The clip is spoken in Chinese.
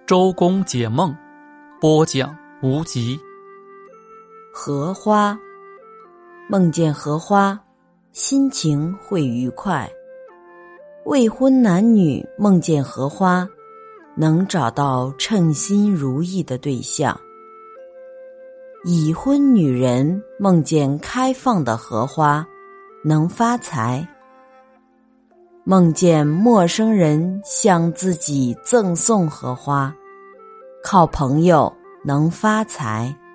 周公解梦，播讲无极。 荷花，梦见荷花，心情会愉快。未婚男女梦见荷花，能找到称心如意的对象。已婚女人梦见开放的荷花，能发财。梦见陌生人向自己赠送荷花，靠朋友能发财。